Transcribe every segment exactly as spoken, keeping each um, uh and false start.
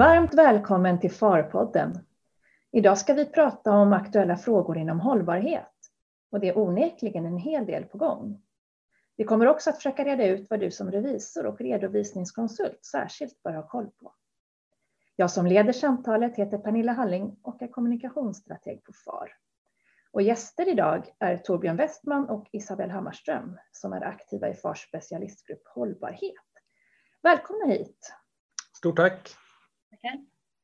Varmt välkommen till Farpodden. Idag ska vi prata om aktuella frågor inom hållbarhet. Och det är onekligen en hel del på gång. Vi kommer också att försöka reda ut vad du som revisor och redovisningskonsult särskilt bör ha koll på. Jag som leder samtalet heter Pernilla Halling och är kommunikationsstrateg på Far. Och gäster idag är Torbjörn Westman och Isabelle Hammarström som är aktiva i Fars specialistgrupp Hållbarhet. Välkomna hit. Stort tack. Okay.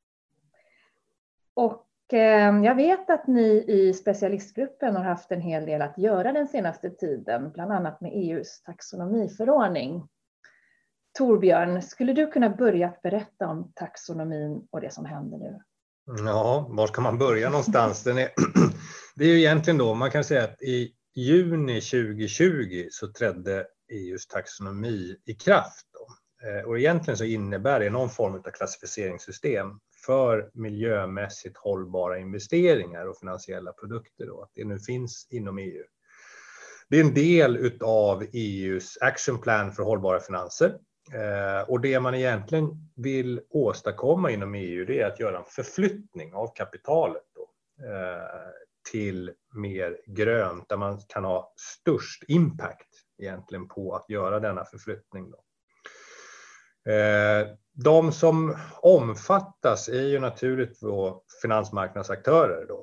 Och eh, jag vet att ni i specialistgruppen har haft en hel del att göra den senaste tiden, bland annat med E U:s taxonomiförordning. Torbjörn, skulle du kunna börja att berätta om taxonomin och det som händer nu? Ja, var ska man börja någonstans? Den är, det är ju egentligen då, man kan säga att i juni tjugo tjugo så trädde E U:s taxonomi i kraft. Då. Och egentligen så innebär det någon form av klassificeringssystem för miljömässigt hållbara investeringar och finansiella produkter. Då, att det nu finns inom E U. Det är en del av E U:s Action Plan för hållbara finanser. Och det man egentligen vill åstadkomma inom E U det är att göra en förflyttning av kapitalet då, till mer grönt där man kan ha störst impact egentligen på att göra denna förflyttning. Då. De som omfattas är ju naturligt finansmarknadsaktörer då.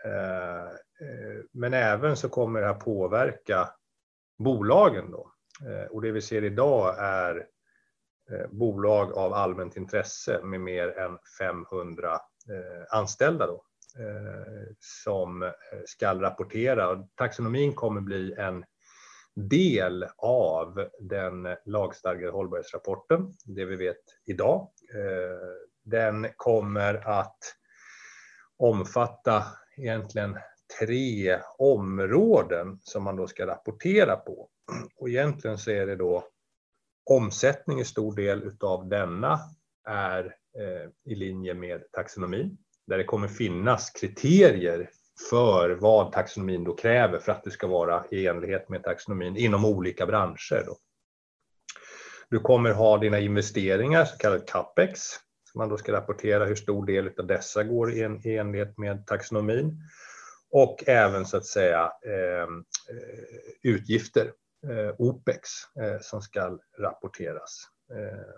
Men även så kommer det här påverka bolagen då. Och det vi ser idag är bolag av allmänt intresse med mer än femhundra anställda då, som ska rapportera. Taxonomin kommer bli en del av den lagstadgade hållbarhetsrapporten, det vi vet idag. Den kommer att omfatta egentligen tre områden som man då ska rapportera på. Och egentligen så är det då omsättning i stor del av denna är eh, i linje med taxonomin. Där det kommer finnas kriterier för vad taxonomin då kräver för att det ska vara i enlighet med taxonomin inom olika branscher. Då. Du kommer ha dina investeringar, så kallade capex. Så man då ska rapportera hur stor del av dessa går i, en, i enlighet med taxonomin. Och även så att säga eh, utgifter. Eh, OPEX eh, som ska rapporteras. Eh,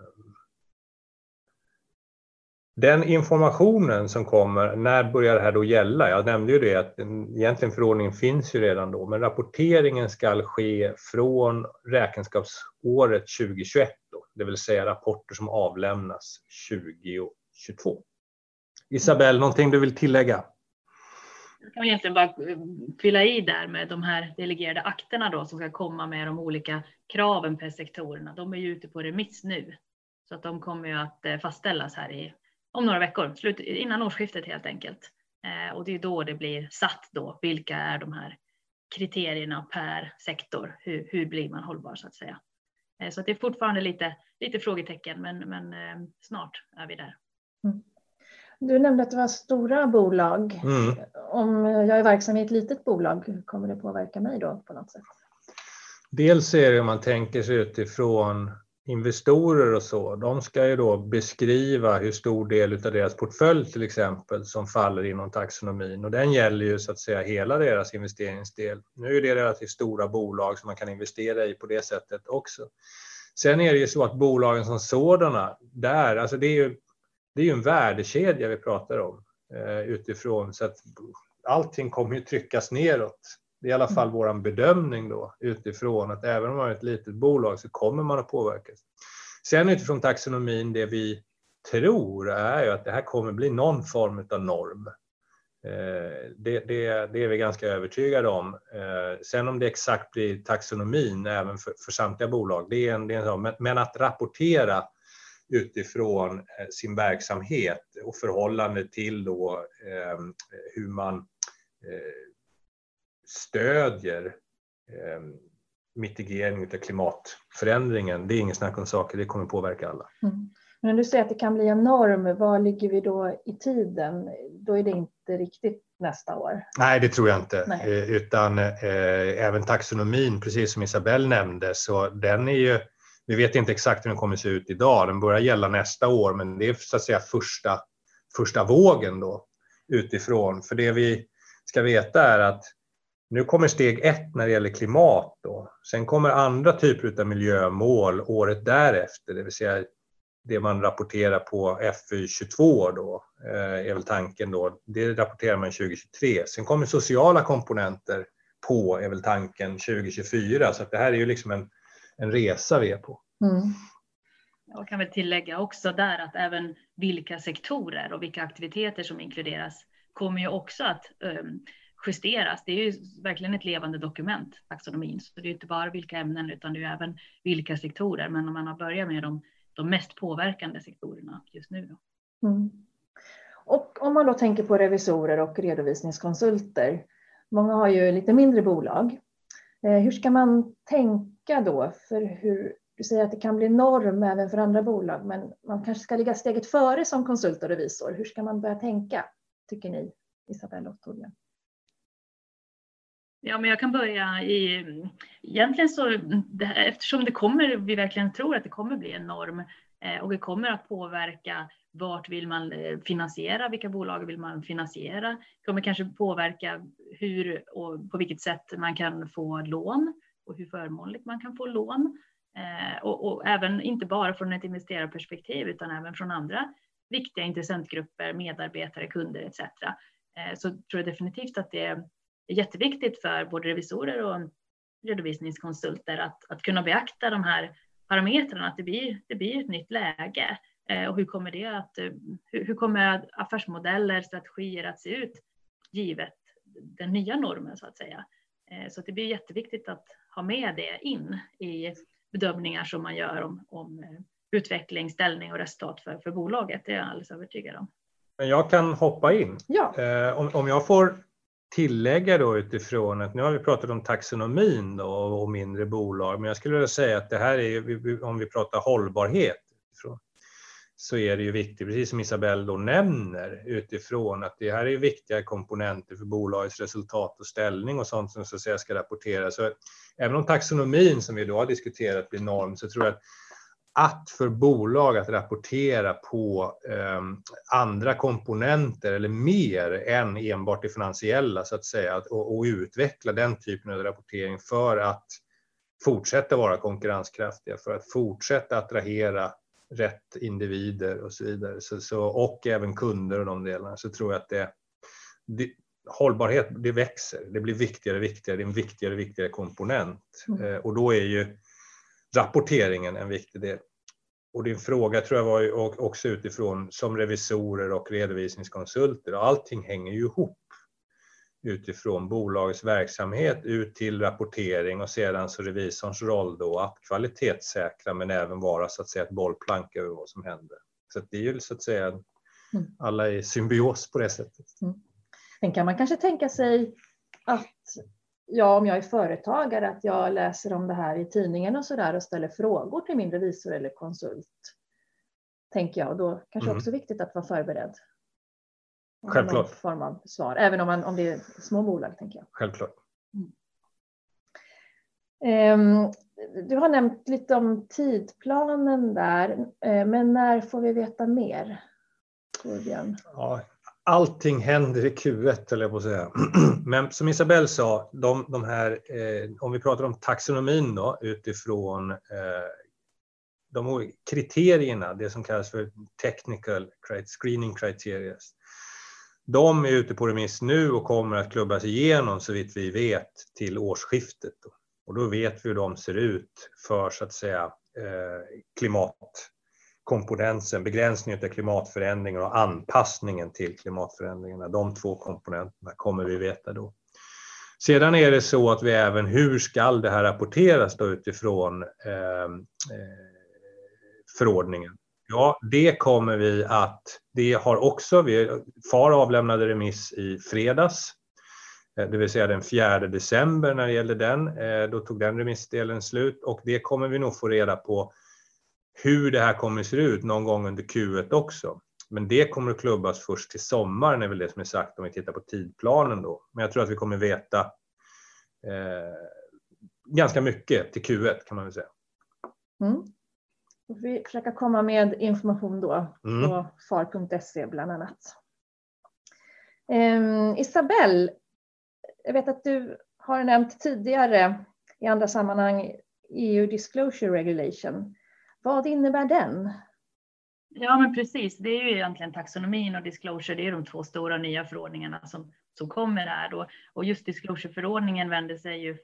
den informationen som kommer, när börjar det här då gälla? Jag nämnde ju det att egentligen förordningen finns ju redan då, men rapporteringen ska ske från räkenskapsåret tjugo tjugoett då, det vill säga rapporter som avlämnas tjugo tjugotvå. Isabelle, någonting du vill tillägga? Jag kan egentligen bara fylla i där med de här delegerade akterna då som ska komma med de olika kraven per sektorerna. De är ju ute på remiss nu så att de kommer ju att fastställas här i, om några veckor, slut, innan årsskiftet helt enkelt. Eh, och det är då det blir satt då, vilka är de här kriterierna per sektor, hur, hur blir man hållbar så att säga. Eh, så att det är fortfarande lite, lite frågetecken men, men eh, snart är vi där. Mm. Du nämnde att det var stora bolag. Mm. Om jag är verksam i ett litet bolag, hur kommer det påverka mig då på något sätt? Dels är det om man tänker sig utifrån investorer och så. De ska ju då beskriva hur stor del av deras portfölj till exempel som faller inom taxonomin. Och den gäller ju så att säga hela deras investeringsdel. Nu är det relativt stora bolag som man kan investera i på det sättet också. Sen är det ju så att bolagen som sådana, där, alltså det är ju Det är ju en värdekedja vi pratar om eh, utifrån så att allting kommer ju tryckas neråt. Det är i alla fall vår bedömning då utifrån att även om man är ett litet bolag så kommer man att påverkas. Sen utifrån taxonomin det vi tror är ju att det här kommer bli någon form av norm. Eh, det, det, det är vi ganska övertygade om. Eh, sen om det exakt blir taxonomin även för, för samtliga bolag, det är en, det är en sån, men, men att rapportera utifrån sin verksamhet och förhållande till då, eh, hur man eh, stödjer eh, mitigering av klimatförändringen. Det är ingen snack om saker, det kommer påverka alla. Mm. Men du säger att det kan bli en norm, var ligger vi då i tiden? Då är det inte riktigt nästa år. Nej, det tror jag inte. Nej. Utan eh, även taxonomin, precis som Isabelle nämnde, så den är ju Vi vet inte exakt hur den kommer se ut idag. Den börjar gälla nästa år, men det är så att säga första, första vågen då utifrån. För det vi ska veta är att nu kommer steg ett när det gäller klimat då. Sen kommer andra typer av miljömål året därefter, det vill säga det man rapporterar på F Y tjugotvå då, är väl tanken då. Det rapporterar man tjugo tjugotre. Sen kommer sociala komponenter på, är väl tanken tjugo tjugofyra. Så att det här är ju liksom en, en resa vi är på. Mm. Jag kan väl tillägga också där att även vilka sektorer och vilka aktiviteter som inkluderas kommer ju också att um, justeras. Det är ju verkligen ett levande dokument, taxonomin. Så det är ju inte bara vilka ämnen utan det är ju även vilka sektorer. Men om man har börjat med de, de mest påverkande sektorerna just nu. Då. Mm. Och om man då tänker på revisorer och redovisningskonsulter. Många har ju lite mindre bolag. Eh, hur ska man tänka då? För hur, du säger att det kan bli norm även för andra bolag. Men man kanske ska ligga steget före som konsult och revisor. Hur ska man börja tänka, tycker ni, Isabelle och Torbjörn? Ja, men jag kan börja i, egentligen så, det, eftersom det kommer, vi verkligen tror att det kommer bli en norm eh, och det kommer att påverka vart vill man finansiera, vilka bolag vill man finansiera, det kommer kanske påverka hur och på vilket sätt man kan få lån och hur förmånligt man kan få lån eh, och, och även inte bara från ett investerarperspektiv utan även från andra viktiga intressentgrupper, medarbetare, kunder et cetera. Eh, så tror jag definitivt att det är Det är jätteviktigt för både revisorer och redovisningskonsulter att, att kunna beakta de här parametrarna, att det blir, det blir ett nytt läge. Eh, och hur kommer det att, hur, hur kommer affärsmodeller, strategier att se ut givet den nya normen så att säga. Eh, så att det blir jätteviktigt att ha med det in i bedömningar som man gör om, om utveckling, ställning och resultat för, för bolaget. Det är jag alldeles övertygad om. Men jag kan hoppa in. Ja. Eh, om, om jag får tillägga då utifrån att nu har vi pratat om taxonomin då och mindre bolag, men jag skulle vilja säga att det här är, om vi pratar hållbarhet utifrån, så är det ju viktigt, precis som Isabelle då nämner, utifrån att det här är viktiga komponenter för bolagets resultat och ställning och sånt som så att säga ska rapporteras. Så även om taxonomin som vi då har diskuterat blir norm, så tror jag att att för bolag att rapportera på eh, andra komponenter eller mer än enbart det finansiella så att säga och, och utveckla den typen av rapportering för att fortsätta vara konkurrenskraftiga, för att fortsätta attrahera rätt individer och så vidare så, så, och även kunder och de delarna, så tror jag att det, det hållbarhet, det växer, det blir viktigare och viktigare, det är en viktigare och viktigare komponent mm. eh, och då är ju rapporteringen en viktig del. Och din fråga tror jag var ju också utifrån som revisorer och redovisningskonsulter. Och allting hänger ju ihop utifrån bolagets verksamhet ut till rapportering och sedan så revisorns roll då att kvalitetssäkra men även vara så att säga ett bollplank över vad som händer. Så att det är ju så att säga mm. alla i symbios på det sättet. Mm. Men kan man kanske tänka sig att ja, om jag är företagare, att jag läser om det här i tidningen och så där och ställer frågor till min revisor eller konsult, tänker jag. Och då kanske mm. också viktigt att vara förberedd. Självklart. Någon form av svar, även om, man, om det är små bolag, tänker jag. Självklart. Mm. Um, du har nämnt lite om tidplanen där, uh, men när får vi veta mer, Torbjörn? Ja. Allting händer i Q ett, eller jag på att säga. Men som Isabelle sa, de, de här, eh, om vi pratar om taxonomin då, utifrån eh, de kriterierna, det som kallas för technical screening criteria. De är ute på remiss nu och kommer att klubbas igenom så vitt vi vet till årsskiftet. Då. Och då vet vi hur de ser ut för så att säga eh, klimat. komponenten, begränsningen av klimatförändringar och anpassningen till klimatförändringarna. De två komponenterna kommer vi veta då. Sedan är det så att vi även, hur ska det här rapporteras då utifrån eh, förordningen? Ja, det kommer vi att, det har också, vi, F A R avlämnade remiss i fredags, det vill säga den fjärde december när det gällde den, då tog den remissdelen slut och det kommer vi nog få reda på hur det här kommer att se ut någon gång under Q ett också. Men det kommer att klubbas först till sommaren är väl det som är sagt om vi tittar på tidplanen då. Men jag tror att vi kommer veta eh, ganska mycket till Q ett kan man väl säga. Mm. Vi försöker komma med information då Mm. på far punkt se bland annat. Um, Isabelle, jag vet att du har nämnt tidigare i andra sammanhang E U Disclosure Regulation. Vad innebär den? Ja, men precis. Det är ju egentligen taxonomin och disclosure. Det är de två stora nya förordningarna som, som kommer här då. Och just disclosure-förordningen vänder sig ju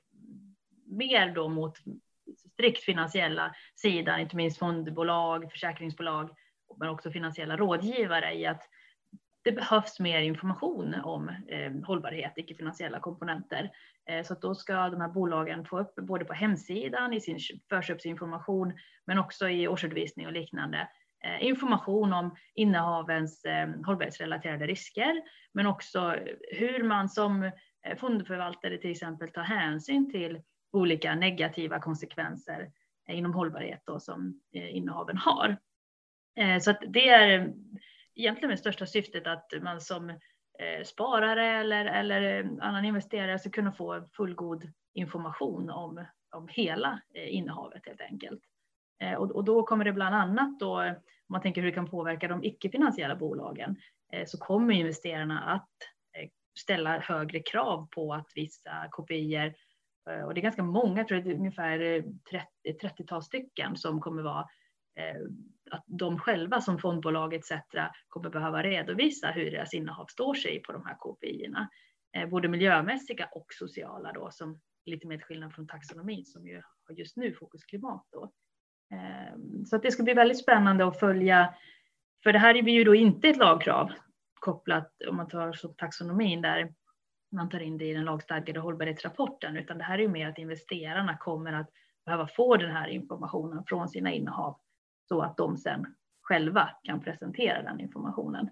mer då mot strikt finansiella sidan, inte minst fondbolag, försäkringsbolag, men också finansiella rådgivare i att det behövs mer information om eh, hållbarhet, icke-finansiella komponenter. Eh, så att då ska de här bolagen få upp både på hemsidan i sin förköpsinformation, men också i årsredovisning och liknande. Eh, information om innehavens eh, hållbarhetsrelaterade risker, men också hur man som eh, fondförvaltare till exempel tar hänsyn till olika negativa konsekvenser eh, inom hållbarhet då, som eh, innehaven har. Eh, så att det är egentligen det största syftet att man som eh, sparare eller, eller annan investerare ska kunna få fullgod information om, om hela eh, innehavet helt enkelt. Eh, och, och då kommer det bland annat då, om man tänker hur det kan påverka de icke-finansiella bolagen, eh, så kommer investerarna att eh, ställa högre krav på att vissa kopior, eh, och det är ganska många, jag tror det är ungefär trettio, trettiotal stycken som kommer vara eh, att de själva som fondbolag et cetera kommer behöva redovisa hur deras innehav står sig på de här K P I-erna. Eh, både miljömässiga och sociala då, som lite mer skillnad från taxonomin som ju har just nu fokus klimat då. Eh, så att det ska bli väldigt spännande att följa, för det här är ju då inte ett lagkrav kopplat, om man tar så taxonomin där man tar in det i den lagstadgade hållbarhetsrapporten, utan det här är ju mer att investerarna kommer att behöva få den här informationen från sina innehav, så att de sen själva kan presentera den informationen.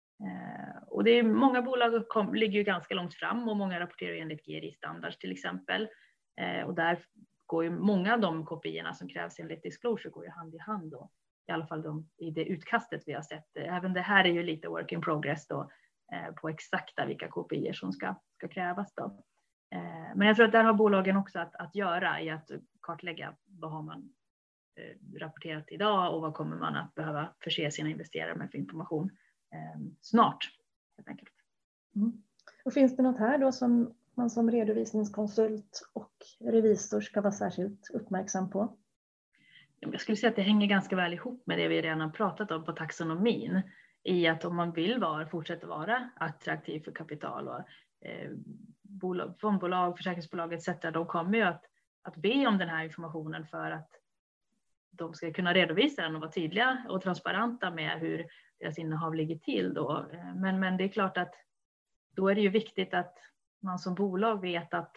Eh, och det är många bolag kom, ligger ju ganska långt fram och många rapporterar enligt G R I-standards till exempel. Eh, och där går ju många av de kopiorna som krävs enligt disclosure går ju hand i hand då. I alla fall de, i det utkastet vi har sett. Även det här är ju lite work in progress då, eh, på exakta vilka kopior som ska, ska krävas då. Eh, men jag tror att där har bolagen också att, att göra i att kartlägga vad har man rapporterat idag och vad kommer man att behöva förse sina investerare med för information eh, snart helt enkelt. Mm. Och finns det något här då som man som redovisningskonsult och revisor ska vara särskilt uppmärksam på? Jag skulle säga att det hänger ganska väl ihop med det vi redan pratat om på taxonomin, i att om man vill vara, fortsätta vara attraktiv för kapital och eh, bolag, fondbolag, försäkringsbolag et cetera, de kommer ju att, att be om den här informationen för att de ska kunna redovisa den och vara tydliga och transparenta med hur deras innehav ligger till då. Men, men det är klart att då är det ju viktigt att man som bolag vet att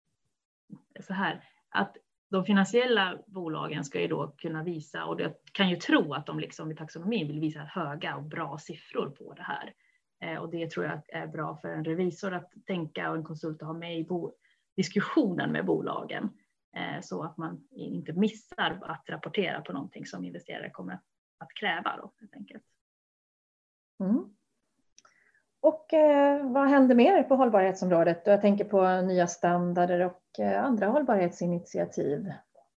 så här, att de finansiella bolagen ska ju då kunna visa, och det kan ju tro att de liksom i taxonomin vill visa höga och bra siffror på det här. Och det tror jag är bra för en revisor att tänka och en konsult att ha med i bo- diskussionen med bolagen. Så att man inte missar att rapportera på någonting som investerare kommer att kräva då, helt enkelt. Mm. Och eh, vad händer mer på hållbarhetsområdet? Jag tänker på nya standarder och eh, andra hållbarhetsinitiativ.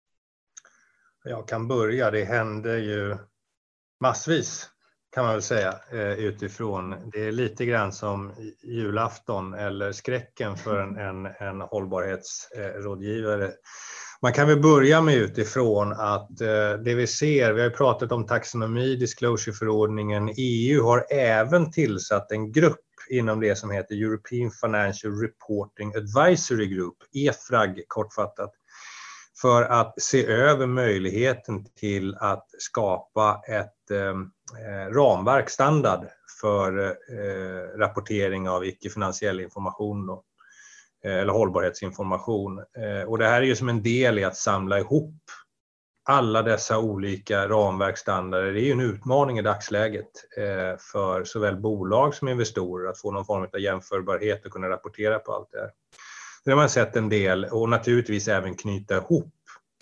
Jag kan börja. Det händer ju massvis kan man väl säga utifrån. Det är lite grann som julafton eller skräcken för en, en, en hållbarhetsrådgivare. Man kan väl börja med utifrån att det vi ser, vi har ju pratat om taxonomi, disclosure-förordningen, E U har även tillsatt en grupp inom det som heter European Financial Reporting Advisory Group, E F R A G kortfattat, för att se över möjligheten till att skapa ett eh, ramverk, standard för eh, rapportering av icke-finansiell information då, eh, eller hållbarhetsinformation. Eh, och det här är ju som en del i att samla ihop alla dessa olika ramverksstandarder. Det är ju en utmaning i dagsläget eh, för såväl bolag som investerare att få någon form av jämförbarhet och kunna rapportera på allt det här. Det har man sett en del, och naturligtvis även knyta ihop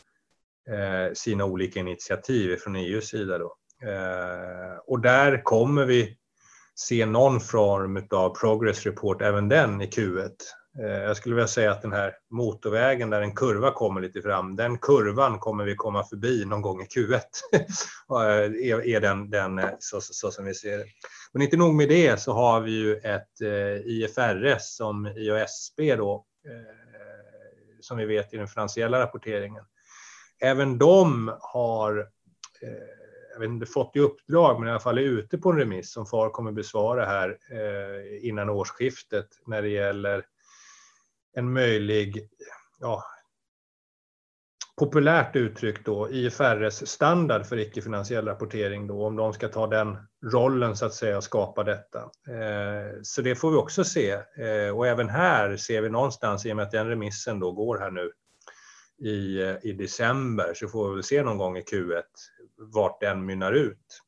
eh, sina olika initiativ från E U:s sida då. Eh, och där kommer vi se någon form av progress report, även den i Q ett. Jag skulle vilja säga att den här motorvägen där en kurva kommer lite fram, den kurvan kommer vi komma förbi någon gång i Q ett. är, är den, den så, så, så som vi ser det. Men inte nog med det, så har vi ju ett eh, I F R S som I A S B då, eh, som vi vet i den finansiella rapporteringen. Även de har eh, jag vet inte, fått i uppdrag, men i alla fall är ute på en remiss som F A R kommer besvara här eh, innan årsskiftet när det gäller en möjlig, ja, populärt uttryck då, I F R S-standard för icke-finansiell rapportering då, om de ska ta den rollen så att säga och skapa detta. Eh, så det får vi också se. Eh, och även här ser vi någonstans, i och med att den remissen då går här nu i, i december, så får vi väl se någon gång i Q ett vart den mynnar ut.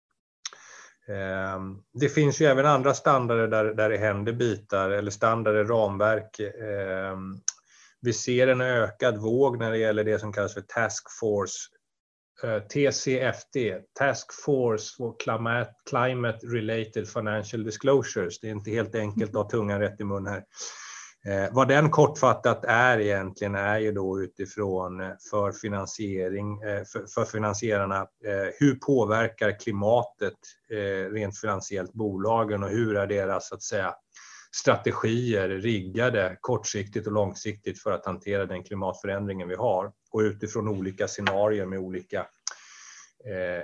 Eh, det finns ju även andra standarder där, där det händer bitar, eller standarder, ramverk. Eh, Vi ser en ökad våg när det gäller det som kallas för Task Force, eh, T C F D, Task Force for Climate, Climate Related Financial Disclosures. Det är inte helt enkelt att ha tungan rätt i mun här. Eh, vad den kortfattat är egentligen är ju då utifrån för finansiering, eh, för, för finansierarna, eh, hur påverkar klimatet eh, rent finansiellt bolagen och hur är deras, så att säga, strategier riggade kortsiktigt och långsiktigt för att hantera den klimatförändringen vi har, och utifrån olika scenarier med olika eh,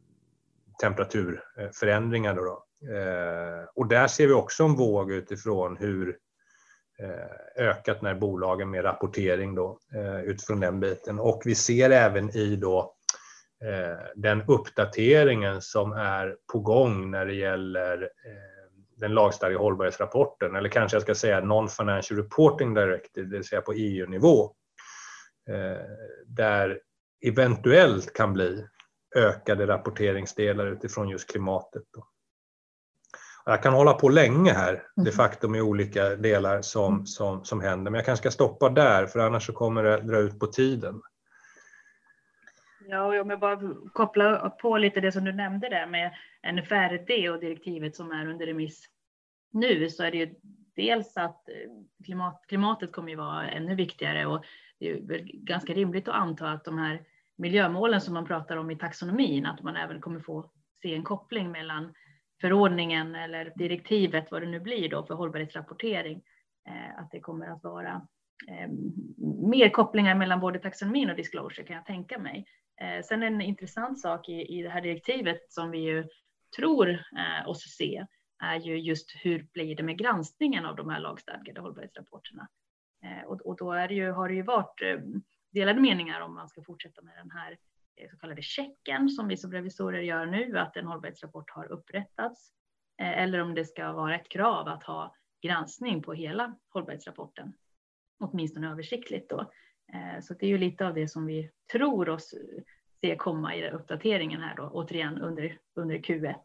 temperaturförändringar då då. Eh, och där ser vi också en våg utifrån hur eh, ökat när bolagen med rapportering då, eh, utifrån den biten, och vi ser även i då eh, den uppdateringen som är på gång när det gäller eh, den lagstadgade hållbarhetsrapporten, eller kanske jag ska säga Non-Financial Reporting Directive, det vill säga på E U-nivå, eh, där eventuellt kan bli ökade rapporteringsdelar utifrån just klimatet då. Jag kan hålla på länge här, de facto med olika delar som, som, som händer, men jag kanske ska stoppa där, för annars så kommer det dra ut på tiden. Ja, och om jag bara kopplar på lite det som du nämnde där med N F R D och direktivet som är under remiss nu, så är det ju dels att klimat, klimatet kommer ju vara ännu viktigare, och det är väl ganska rimligt att anta att de här miljömålen som man pratar om i taxonomin, att man även kommer få se en koppling mellan förordningen eller direktivet, vad det nu blir då för hållbarhetsrapportering, att det kommer att vara mer kopplingar mellan både taxonomin och disclosure, kan jag tänka mig. Eh, sen en intressant sak i, i det här direktivet som vi ju tror eh, oss se är ju just hur blir det med granskningen av de här lagstadgade hållbarhetsrapporterna. Eh, och, och då är det ju, har det ju varit eh, delade meningar om man ska fortsätta med den här eh, så kallade checken som vi som revisorer gör nu, att en hållbarhetsrapport har upprättats, eh, eller om det ska vara ett krav att ha granskning på hela hållbarhetsrapporten, åtminstone översiktligt då. Så det är ju lite av det som vi tror oss se komma i uppdateringen här då, återigen under, under Q ett.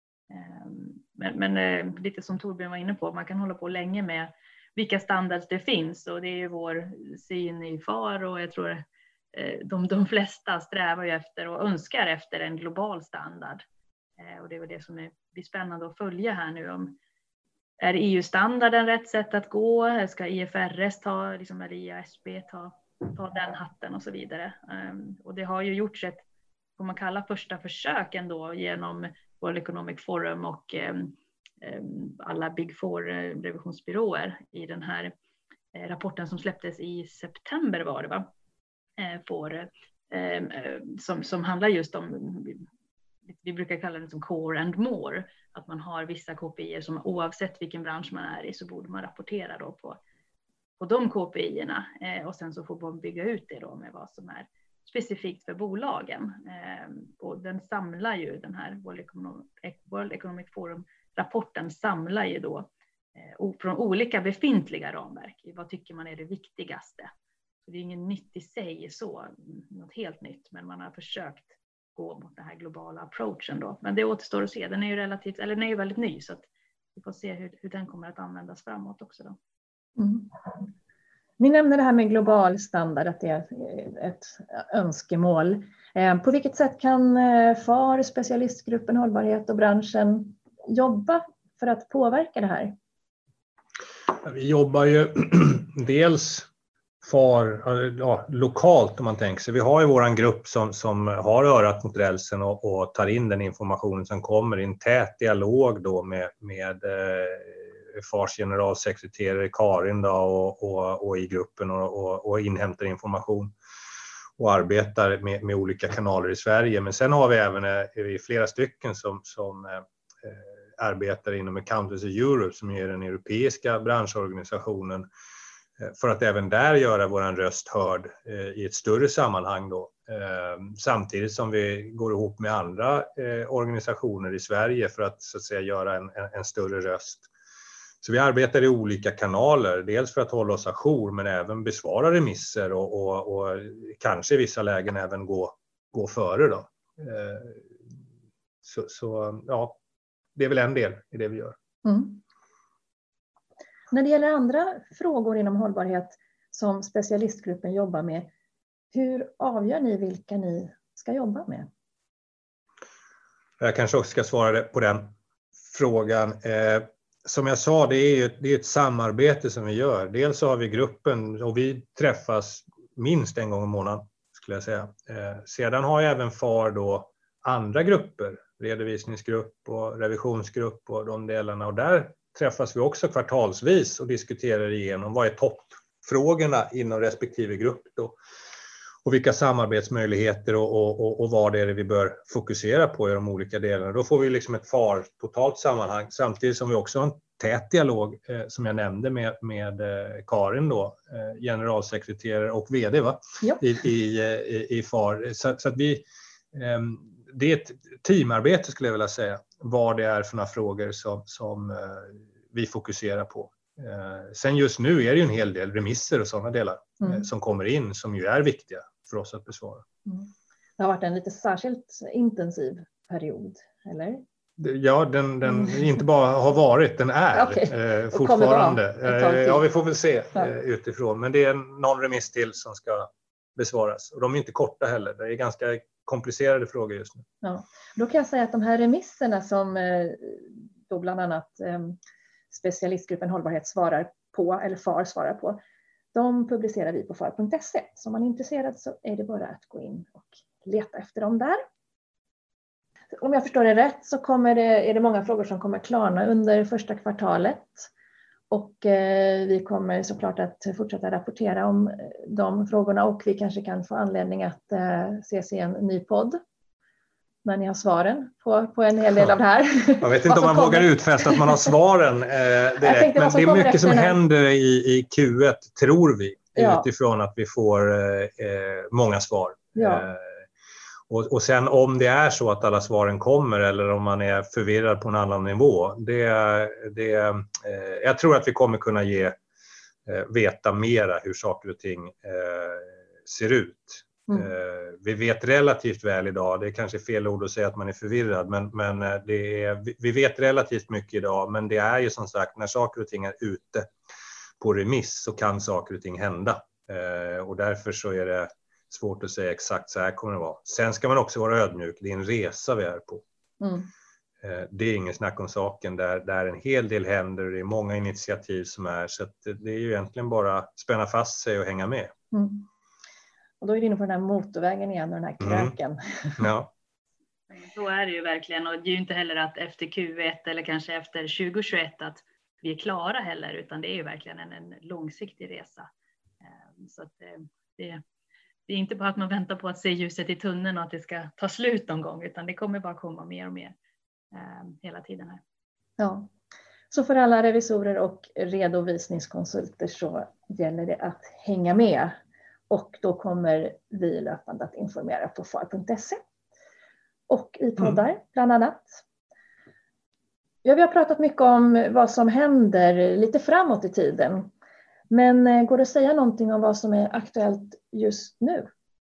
Men, men lite som Torbjörn var inne på, man kan hålla på länge med vilka standards det finns, och det är ju vår syn i F A R, och jag tror de, de flesta strävar ju efter och önskar efter en global standard. Och det är väl det som är, blir spännande att följa här nu. Om är E U-standarden rätt sätt att gå? Ska I F R S ta, liksom, eller I A S B ta, ta den hatten och så vidare? Um, och det har ju gjorts ett, vad man kallar första försök ändå, genom World Economic Forum och um, um, alla Big Four uh, revisionsbyråer i den här uh, rapporten som släpptes i september var det va? Uh, för, uh, uh, som, som handlar just om, vi brukar kalla det som core and more, att man har vissa K P I som oavsett vilken bransch man är i så borde man rapportera då på, på de K P I-erna, eh, och sen så får man bygga ut det då med vad som är specifikt för bolagen. Eh, och den samlar ju, den här World Economic, World Economic Forum-rapporten samlar ju då eh, från olika befintliga ramverk. Vad tycker man är det viktigaste? Så det är ingen nytt i sig så, något helt nytt, men man har försökt gå mot den här globala approachen då. Men det återstår att se. Den är ju relativt, eller den är ju väldigt ny, så att vi får se hur, hur den kommer att användas framåt också då. Mm. Ni nämnde det här med global standard, att det är ett önskemål. På vilket sätt kan F A R, specialistgruppen hållbarhet och branschen jobba för att påverka det här? Vi jobbar ju dels för, ja, lokalt om man tänker sig. Vi har ju våran grupp som, som har örat mot rälsen och, och tar in den informationen som kommer i en tät dialog då med, med eh, F A R:s generalsekreterare Karin då, och, och, och i gruppen och, och, och inhämtar information och arbetar med, med olika kanaler i Sverige. Men sen har vi även eh, flera stycken som, som eh, arbetar inom Accountants Europe som är den europeiska branschorganisationen, för att även där göra våran röst hörd eh, i ett större sammanhang då. Eh, samtidigt som vi går ihop med andra eh, organisationer i Sverige för att så att säga göra en, en, en större röst. Så vi arbetar i olika kanaler, dels för att hålla oss ajour men även besvara remisser och, och, och kanske i vissa lägen även gå, gå före då. Eh, så, så ja, det är väl en del i det vi gör. Mm. När det gäller andra frågor inom hållbarhet som specialistgruppen jobbar med, hur avgör ni vilka ni ska jobba med? Jag kanske också ska svara på den frågan. Eh, som jag sa, det är ju det är ett samarbete som vi gör. Dels så har vi gruppen och vi träffas minst en gång i månaden skulle jag säga. Eh, sedan har jag även F A R då andra grupper, redovisningsgrupp och revisionsgrupp och de delarna, och där träffas vi också kvartalsvis och diskuterar igenom vad är toppfrågorna inom respektive grupp då, och vilka samarbetsmöjligheter och, och, och, och vad det är vi bör fokusera på i de olika delarna. Då får vi liksom ett F A R totalt sammanhang, samtidigt som vi också har en tät dialog eh, som jag nämnde med, med eh, Karin då, eh, generalsekreterare och vd va? Ja. I, i, i, i F A R. Så, så att vi, eh, det är ett teamarbete skulle jag vilja säga, vad det är för några frågor som, som eh, vi fokuserar på. Eh, sen just nu är det ju en hel del remisser och sådana delar mm. eh, som kommer in som ju är viktiga för oss att besvara. Mm. Det har varit en lite särskilt intensiv period, eller? Ja, den, den mm. inte bara har varit, den är okay. eh, fortfarande. Eh, ja, vi får väl se ja. eh, utifrån. Men det är någon remiss till som ska besvaras. Och de är inte korta heller. Det är ganska komplicerade frågor just nu. Ja. Då kan jag säga att de här remisserna som eh, då bland annat eh, specialistgruppen hållbarhet svarar på, eller F A R svarar på, de publicerar vi på F A R punkt se. Så om man är intresserad så är det bara att gå in och leta efter dem där. Om jag förstår det rätt så kommer det, är det många frågor som kommer klarna under första kvartalet. Och eh, vi kommer såklart att fortsätta rapportera om de frågorna, och vi kanske kan få anledning att eh, ses i en ny podd när ni har svaren på, på en hel del av det här. Jag vet inte om man kommer. vågar utfästa att man har svaren eh, direkt, men det är mycket som händer i, i Q ett, tror vi, ja. utifrån att vi får eh, många svar. Ja. Eh, och, och sen om det är så att alla svaren kommer eller om man är förvirrad på en annan nivå, det, det, eh, jag tror att vi kommer kunna ge, eh, veta mera hur saker och ting eh, ser ut. Mm. Eh, vi vet relativt väl idag, det är kanske fel ord att säga att man är förvirrad, men, men det är, vi vet relativt mycket idag, men det är ju som sagt när saker och ting är ute på remiss så kan saker och ting hända. Eh, och därför så är det svårt att säga exakt så här kommer det vara. Sen ska man också vara ödmjuk, det är en resa vi är på. Mm. Eh, det är ingen snack om saken, där, där en hel del händer och det är många initiativ som är, så att det är ju egentligen bara spänna fast sig och hänga med. Mm. Och då är det inne på den här motorvägen igen och den här kröken. Mm. Ja. Så är det ju verkligen, och det är ju inte heller att efter Q ett eller kanske efter tjugo tjugoett att vi är klara heller, utan det är ju verkligen en, en långsiktig resa. Så att det, det är inte bara att man väntar på att se ljuset i tunneln och att det ska ta slut någon gång, utan det kommer bara komma mer och mer hela tiden här. Ja. Så för alla revisorer och redovisningskonsulter så gäller det att hänga med. Och då kommer vi löpande att informera på F A R punkt se och i poddar mm. bland annat. Ja, vi har pratat mycket om vad som händer lite framåt i tiden. Men går det att säga någonting om vad som är aktuellt just nu?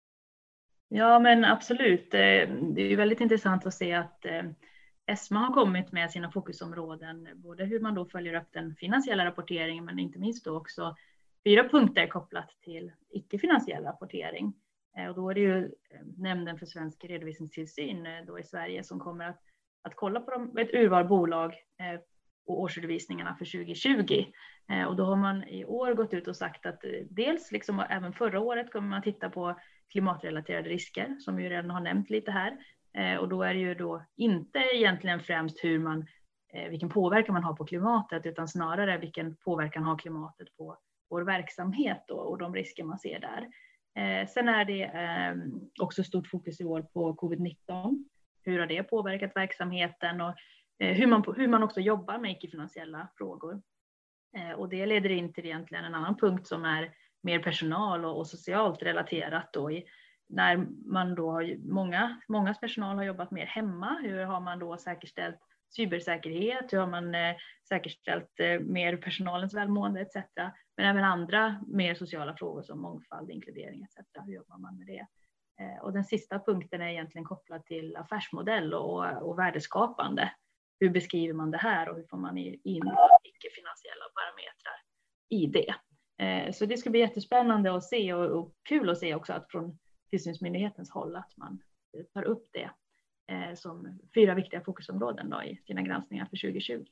Ja, men absolut. Det är ju väldigt intressant att se att ESMA har kommit med sina fokusområden. Både hur man då följer upp den finansiella rapporteringen, men inte minst då också fyra punkter kopplat till icke-finansiell rapportering. Och då är det ju Nämnden för svensk redovisningstillsyn då i Sverige som kommer att, att kolla på dem, ett urval bolag och årsredovisningarna för tjugo tjugo. Och då har man i år gått ut och sagt att dels liksom även förra året kommer man titta på klimatrelaterade risker som vi redan har nämnt lite här. Och då är det ju då inte egentligen främst hur man, vilken påverkan man har på klimatet, utan snarare vilken påverkan har klimatet på vår verksamhet då, och de risker man ser där. Sen är det också stort fokus i år på covid nitton. Hur har det påverkat verksamheten och hur man, hur man också jobbar med icke-finansiella frågor. Och det leder in till egentligen en annan punkt som är mer personal och, och socialt relaterat då. I, när man då har, många, mångas personal har jobbat mer hemma, hur har man då säkerställt cybersäkerhet, hur har man eh, säkerställt eh, mer personalens välmående et cetera. Men även andra mer sociala frågor som mångfald, inkludering et cetera. Hur jobbar man med det? Eh, och den sista punkten är egentligen kopplad till affärsmodell och, och värdeskapande. Hur beskriver man det här och hur får man in icke-finansiella parametrar i det? Eh, så det ska bli jättespännande att se och, och kul att se också att från tillsynsmyndighetens håll att man tar upp det eh, som fyra viktiga fokusområden då i sina granskningar för tjugo tjugo.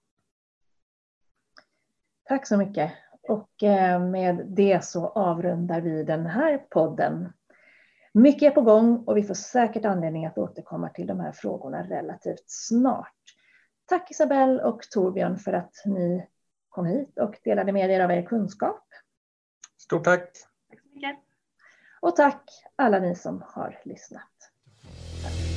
Tack så mycket. Och eh, med det så avrundar vi den här podden. Mycket är på gång och vi får säkert anledning att återkomma till de här frågorna relativt snart. Tack Isabelle och Torbjörn för att ni kom hit och delade med er av er kunskap. Stort tack. Tack så mycket. Och tack alla ni som har lyssnat. Tack.